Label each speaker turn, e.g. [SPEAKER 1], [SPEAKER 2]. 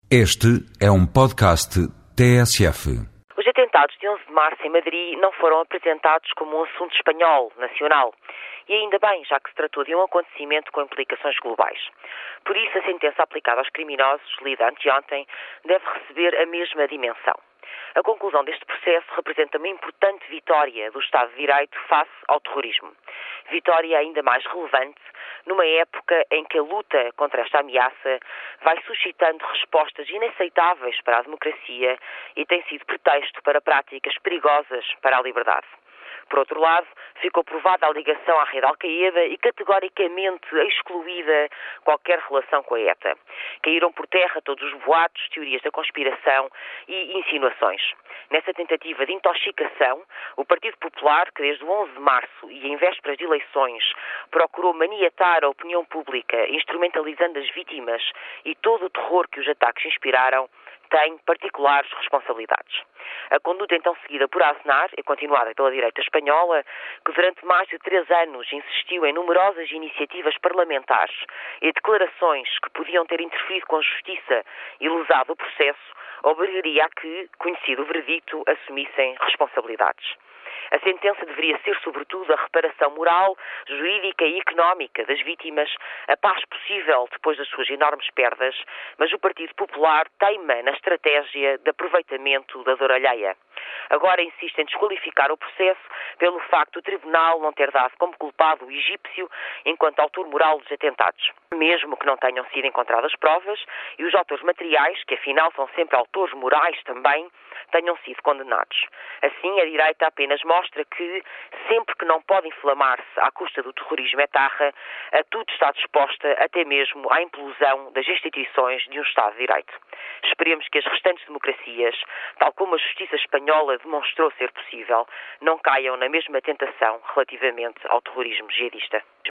[SPEAKER 1] Este é um podcast TSF.
[SPEAKER 2] Os atentados de 11 de março em Madrid não foram apresentados como um assunto espanhol, nacional. E ainda bem, já que se tratou de um acontecimento com implicações globais. Por isso, a sentença aplicada aos criminosos, lida anteontem, deve receber a mesma dimensão. A conclusão deste processo representa uma importante vitória do Estado de Direito face ao terrorismo. Vitória ainda mais relevante numa época em que a luta contra esta ameaça vai suscitando respostas inaceitáveis para a democracia e tem sido pretexto para práticas perigosas para a liberdade. Por outro lado, ficou provada a ligação à rede Al-Qaeda e categoricamente excluída qualquer relação com a ETA. Caíram por terra todos os boatos, teorias da conspiração e insinuações. Nessa tentativa de intoxicação, o Partido Popular, que desde o 11 de março e em vésperas de eleições procurou maniatar a opinião pública, instrumentalizando as vítimas e todo o terror que os ataques inspiraram, tem particulares responsabilidades. A conduta então seguida por Aznar e continuada pela direita espanhola, que durante mais de 3 anos insistiu em numerosas iniciativas parlamentares e declarações que podiam ter interferido com a justiça e lesado o processo, obrigaria a que, conhecido o veredicto, assumissem responsabilidades. A sentença deveria ser, sobretudo, a reparação moral, jurídica e económica das vítimas, a paz possível depois das suas enormes perdas, mas o Partido Popular teima na estratégia de aproveitamento da dor alheia. Agora insiste em desqualificar o processo pelo facto do Tribunal não ter dado como culpado o egípcio enquanto autor moral dos atentados, mesmo que não tenham sido encontradas provas e os autores materiais, que afinal são sempre autores morais também, tenham sido condenados. Assim, a direita apenas mostra que, sempre que não pode inflamar-se à custa do terrorismo etarra, a tudo está disposta, até mesmo à implosão das instituições de um Estado de Direito. Esperemos que as restantes democracias, tal como a justiça espanhola demonstrou ser possível, não caiam na mesma tentação relativamente ao terrorismo jihadista.